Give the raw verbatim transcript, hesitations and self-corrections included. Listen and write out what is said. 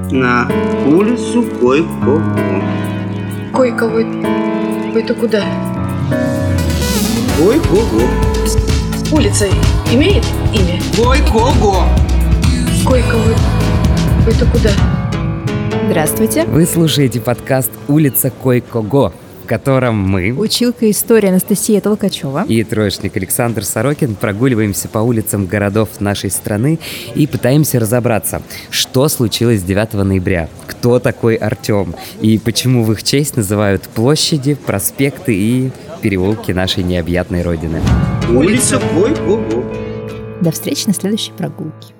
на улицу Койко-го. Койко-го? Это куда? Койко-го. Улица имеет имя? Койко-го. Койко-го? Это куда? Здравствуйте. Вы слушаете подкаст «Улица Койко-го», в котором мы, училка истории Анастасия Толкачева и троечник Александр Сорокин прогуливаемся по улицам городов нашей страны и пытаемся разобраться, что случилось девятого ноября, кто такой Артем и почему в их честь называют площади, проспекты и переулки нашей необъятной родины. Улица Койко-го. До встречи на следующей прогулке.